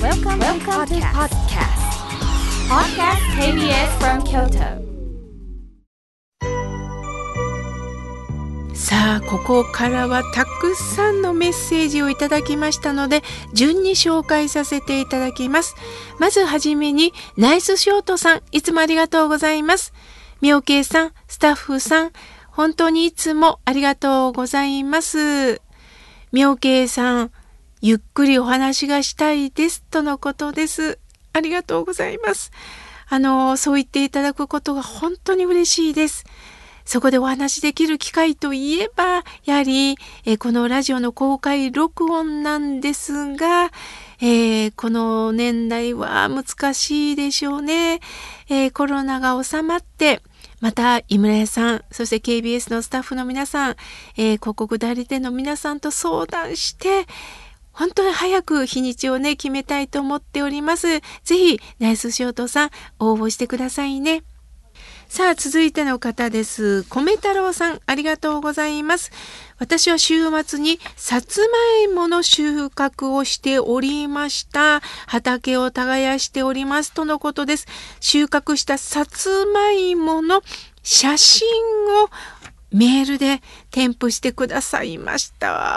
Welcome to podcast. Podcast KBS from Kyoto. さあ、ここからはたくさんのメッセージをいただきましたので、順に紹介させていただきます。まずはじめに、ナイスショートさん、いつもありがとうございます。みょうけいさん、スタッフさん、本当にいつもありがとうございます。みょうけいさん、ゆっくりお話がしたいですとのことです。ありがとうございます。そう言っていただくことが本当に嬉しいです。そこでお話しできる機会といえば、やはり、このラジオの公開録音なんですが、この年代は難しいでしょうね。コロナが収まって、また井村屋さん、そして KBS のスタッフの皆さん、広告代理店の皆さんと相談して、本当に早く日にちをね、決めたいと思っております。ぜひ、ナイスショートさん、応募してくださいね。さあ、続いての方です。米太郎さん、ありがとうございます。私は週末にさつまいもの収穫をしておりました。畑を耕しておりますとのことです。収穫したさつまいもの写真をメールで添付してくださいました。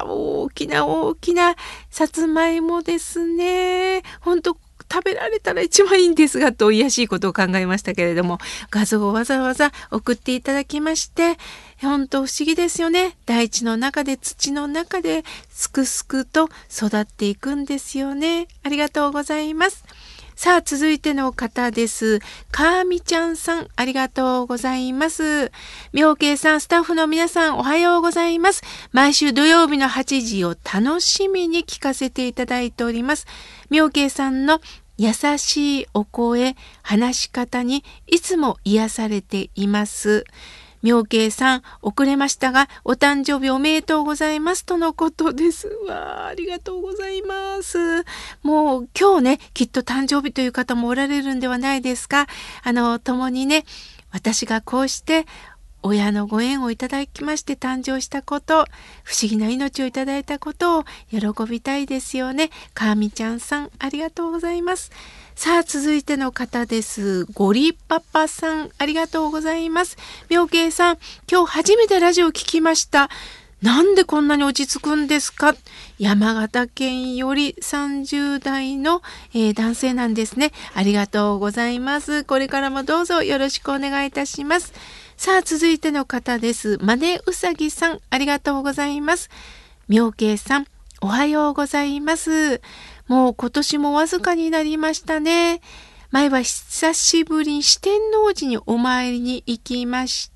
大きな大きなさつまいもですね。本当食べられたら一番いいんですがと卑しいことを考えましたけれども、画像をわざわざ送っていただきまして、本当不思議ですよね。大地の中で土の中ですくすくと育っていくんですよね。ありがとうございます。さあ、続いての方です。かーみちゃんさん、ありがとうございます。みょうけいさん、スタッフの皆さん、おはようございます。毎週土曜日の8時を楽しみに聞かせていただいております。みょうけいさんの優しいお声、話し方にいつも癒されています。みょうけいさん、遅れましたが、お誕生日おめでとうございますとのことです。ありがとうございます。もう今日ね、きっと誕生日という方もおられるんではないですか。共にね、私がこうして親のご縁をいただきまして誕生したこと、不思議な命をいただいたことを喜びたいですよね。かーみちゃんさん、ありがとうございます。さあ、続いての方です。ゴリパパさん、ありがとうございます。みょうけいさん、今日初めてラジオを聞きました。なんでこんなに落ち着くんですか？山形県より30代の、男性なんですね。ありがとうございます。これからもどうぞよろしくお願いいたします。さあ、続いての方です。まねうさぎさん、ありがとうございます。みょうけいさん、おはようございます。もう今年もわずかになりましたね。前は久しぶりに四天王寺にお参りに行きました。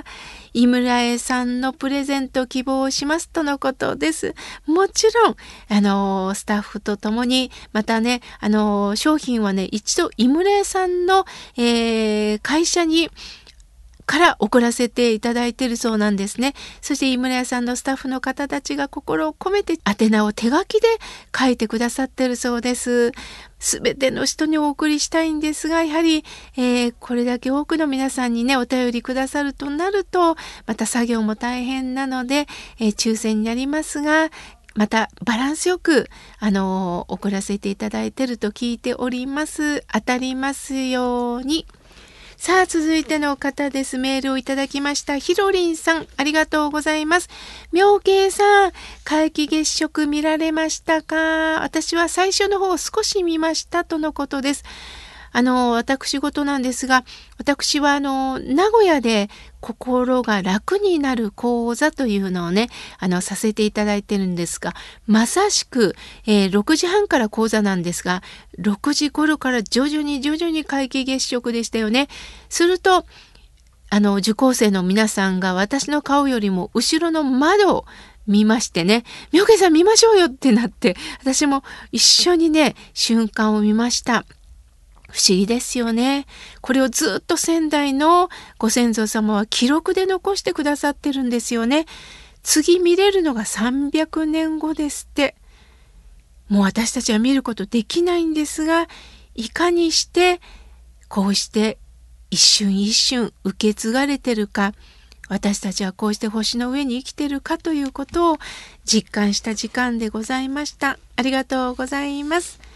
井村屋さんのプレゼント希望しますとのことです。もちろん、スタッフと共に、またね、商品はね、一度井村屋さんの、会社にから送らせていただいているそうなんですね。そして井村屋さんのスタッフの方たちが心を込めて宛名を手書きで書いてくださっているそうです。すべての人にお送りしたいんですが、やはり、これだけ多くの皆さんにね、お便りくださるとなると、また作業も大変なので、抽選になりますが、またバランスよく、送らせていただいていると聞いております。当たりますように。さあ、続いての方です。メールをいただきました。ひろりんさん、ありがとうございます。みょうけいさん、皆既月食見られましたか？私は最初の方を少し見ましたとのことです。私事なんですが、私は名古屋で心が楽になる講座というのをね、させていただいてるんですが、まさしく、6時半から講座なんですが、6時頃から徐々に皆既月食でしたよね。すると、受講生の皆さんが私の顔よりも後ろの窓を見ましてね、みょうけいさん見ましょうよってなって、私も一緒にね、瞬間を見ました。不思議ですよね。これをずっと仙台のご先祖様は記録で残してくださってるんですよね。次見れるのが300年後ですって。もう私たちは見ることできないんですが、いかにしてこうして一瞬一瞬受け継がれてるか、私たちはこうして星の上に生きてるかということを実感した時間でございました。ありがとうございます。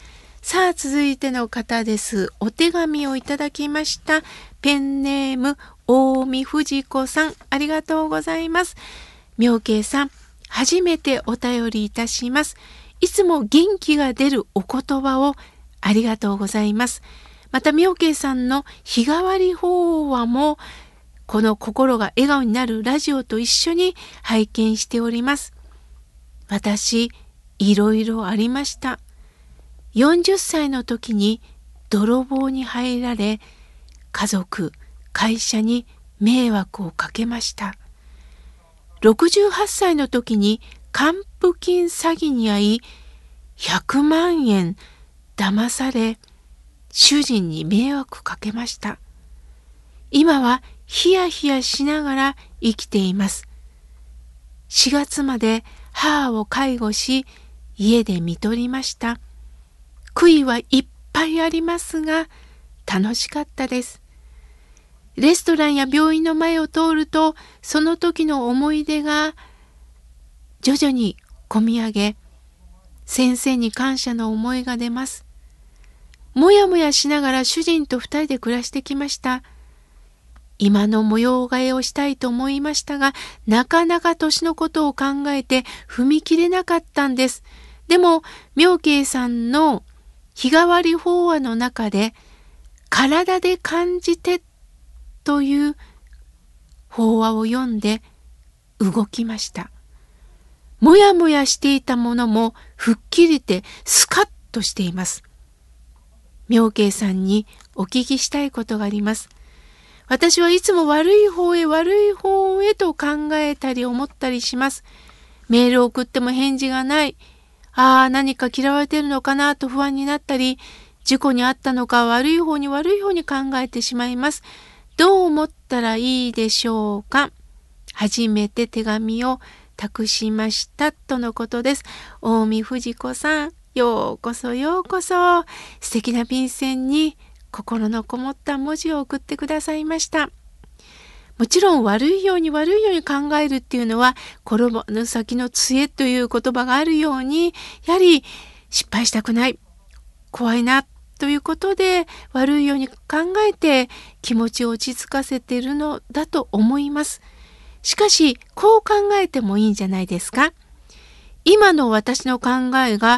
さあ続いての方です。お手紙をいただきました。ペンネーム大見藤子さん、ありがとうございます。妙慶さん、初めてお便りいたします。いつも元気が出るお言葉をありがとうございます。また妙慶さんの日替わり法話もこの心が笑顔になるラジオと一緒に拝見しております。私、いろいろありました。40歳の時に泥棒に入られ、家族、会社に迷惑をかけました。68歳の時に還付金詐欺に遭い、100万円騙され、主人に迷惑かけました。今はヒヤヒヤしながら生きています。4月まで母を介護し、家で看取りました。悔いはいっぱいありますが、楽しかったです。レストランや病院の前を通ると、その時の思い出が徐々にこみ上げ、先生に感謝の思いが出ます。もやもやしながら主人と2人で暮らしてきました。今の模様替えをしたいと思いましたが、なかなか年のことを考えて踏み切れなかったんです。でも、妙慶さんの日替わり法話の中で、体で感じてという法話を読んで動きました。もやもやしていたものも吹っ切れてスカッとしています。妙慶さんにお聞きしたいことがあります。私はいつも悪い方へと考えたり思ったりします。メールを送っても返事がない。何か嫌われているのかなと不安になったり、事故に遭ったのか悪い方に考えてしまいます。どう思ったらいいでしょうか。初めて手紙を託しましたとのことです。大見藤子さん、ようこそようこそ。素敵な便箋に心のこもった文字を送ってくださいました。もちろん悪いように考えるっていうのは転ばぬ先の杖という言葉があるように、やはり失敗したくない、怖いなということで悪いように考えて気持ちを落ち着かせているのだと思います。しかしこう考えてもいいんじゃないですか。今の私の考えが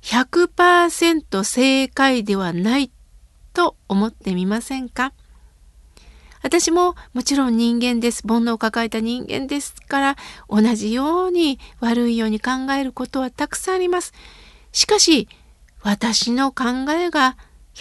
100% 正解ではないと思ってみませんか。私ももちろん人間です。煩悩を抱えた人間ですから、同じように悪いように考えることはたくさんあります。しかし、私の考えが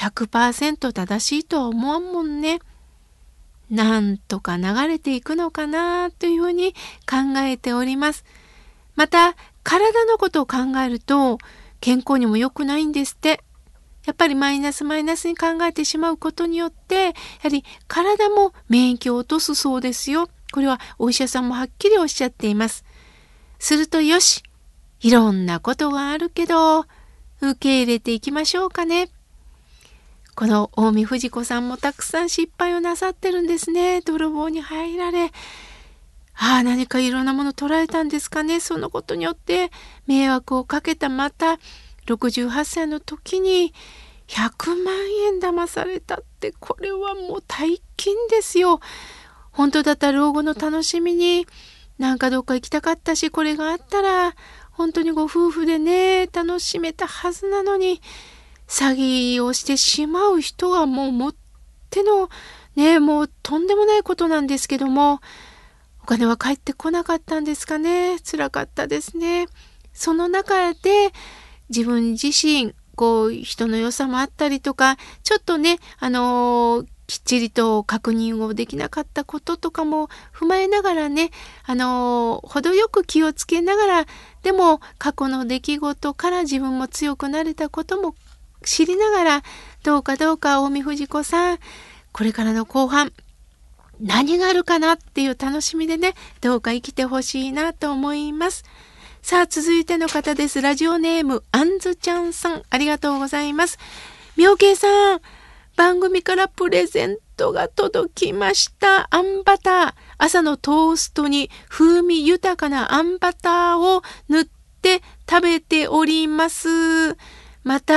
100% 正しいとは思わんもんね。なんとか流れていくのかなというふうに考えております。また、体のことを考えると、健康にも良くないんですって。やっぱりマイナスに考えてしまうことによって、やはり体も免疫を落とすそうですよ。これはお医者さんもはっきりおっしゃっています。するとよし、いろんなことがあるけど、受け入れていきましょうかね。この大見藤子さんもたくさん失敗をなさってるんですね。泥棒に入られ、何かいろんなもの取られたんですかね。そのことによって迷惑をかけた。また68歳の時に100万円騙されたって、これはもう大金ですよ。本当だったら老後の楽しみになんかどっか行きたかったし、これがあったら本当にご夫婦でね楽しめたはずなのに、詐欺をしてしまう人はもうもってのね、もうとんでもないことなんですけども、お金は返ってこなかったんですかね。辛かったですね。その中で自分自身人の良さもあったりとか、ちょっとねきっちりと確認をできなかったこととかも踏まえながらね、程よく気をつけながら、でも過去の出来事から自分も強くなれたことも知りながら、どうか大見藤子さん、これからの後半何があるかなっていう楽しみでね、どうか生きてほしいなと思います。さあ続いての方です。ラジオネームあんずちゃんさん、ありがとうございます。妙慶さん、番組からプレゼントが届きました。あんバター、朝のトーストに風味豊かなあんバターを塗って食べております。また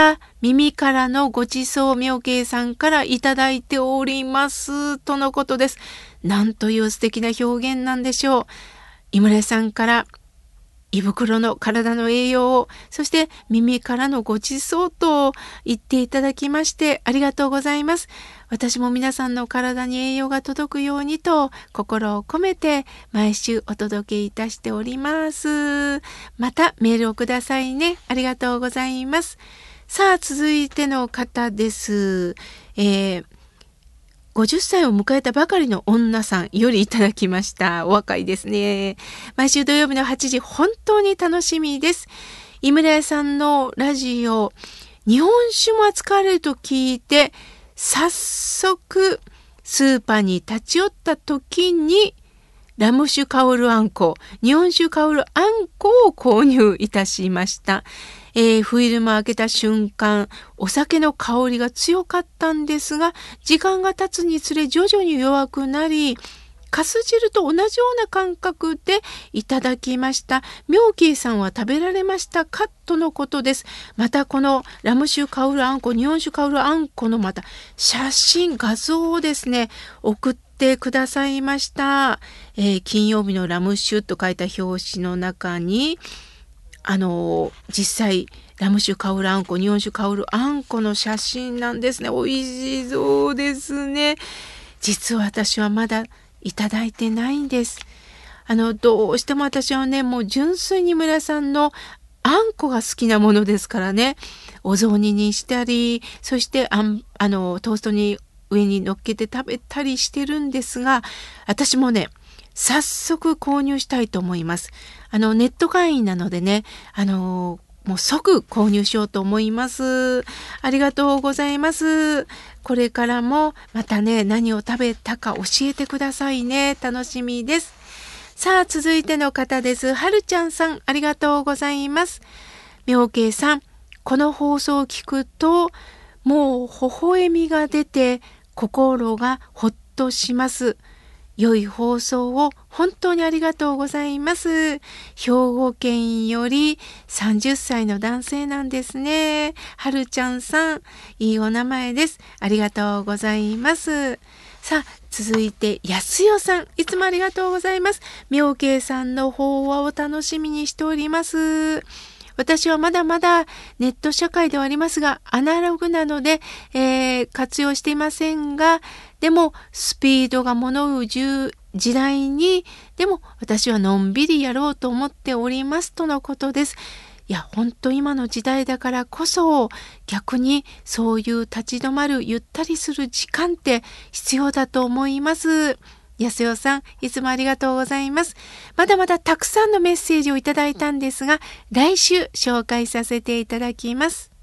耳からのごちそう妙慶さんからいただいておりますとのことです。なんという素敵な表現なんでしょう。井村さんから胃袋の体の栄養を、そして耳からのごちそうと言っていただきましてありがとうございます。私も皆さんの体に栄養が届くようにと心を込めて毎週お届けいたしております。またメールをくださいね。ありがとうございます。さあ続いての方です。50歳を迎えたばかりの女さんよりいただきました。お若いですね。毎週土曜日の8時、本当に楽しみです。井村屋さんのラジオ、日本酒も扱われると聞いて、早速スーパーに立ち寄った時に、ラム酒香るあんこ、日本酒香るあんこを購入いたしました。フィルムを開けた瞬間、お酒の香りが強かったんですが、時間が経つにつれ徐々に弱くなり、かす汁と同じような感覚でいただきました。妙慶さんは食べられましたかとのことです。またこのラム酒香るあんこ、日本酒香るあんこのまた写真、画像をですね、送ってくださいました。金曜日のラム酒と書いた表紙の中に、実際ラム酒香るあんこ、日本酒香るあんこの写真なんですね。美味しそうですね。実は私はまだいただいてないんです。どうしても私はね、もう純粋に村さんのあんこが好きなものですからね。お雑煮にしたり、そしてトーストに上に乗っけて食べたりしてるんですが、私もね、早速購入したいと思います。ネット会員なのでね、もう即購入しようと思います。ありがとうございます。これからもまたね、何を食べたか教えてくださいね。楽しみです。さあ、続いての方です。はるちゃんさん、ありがとうございます。妙慶さん、この放送を聞くと、もう微笑みが出て、心がほっとします。良い放送を本当にありがとうございます。兵庫県より30歳の男性なんですね。はるちゃんさん、いいお名前です。ありがとうございます。さあ、続いてやすよさん、いつもありがとうございます。妙慶さんの法話を楽しみにしております。私はまだまだネット社会ではありますが、アナログなので、活用していませんが、でもスピードが物を言う時代に、でも私はのんびりやろうと思っておりますとのことです。いや、本当今の時代だからこそ、逆にそういう立ち止まる、ゆったりする時間って必要だと思います。安代さん、いつもありがとうございます。まだまだたくさんのメッセージをいただいたんですが、来週紹介させていただきます。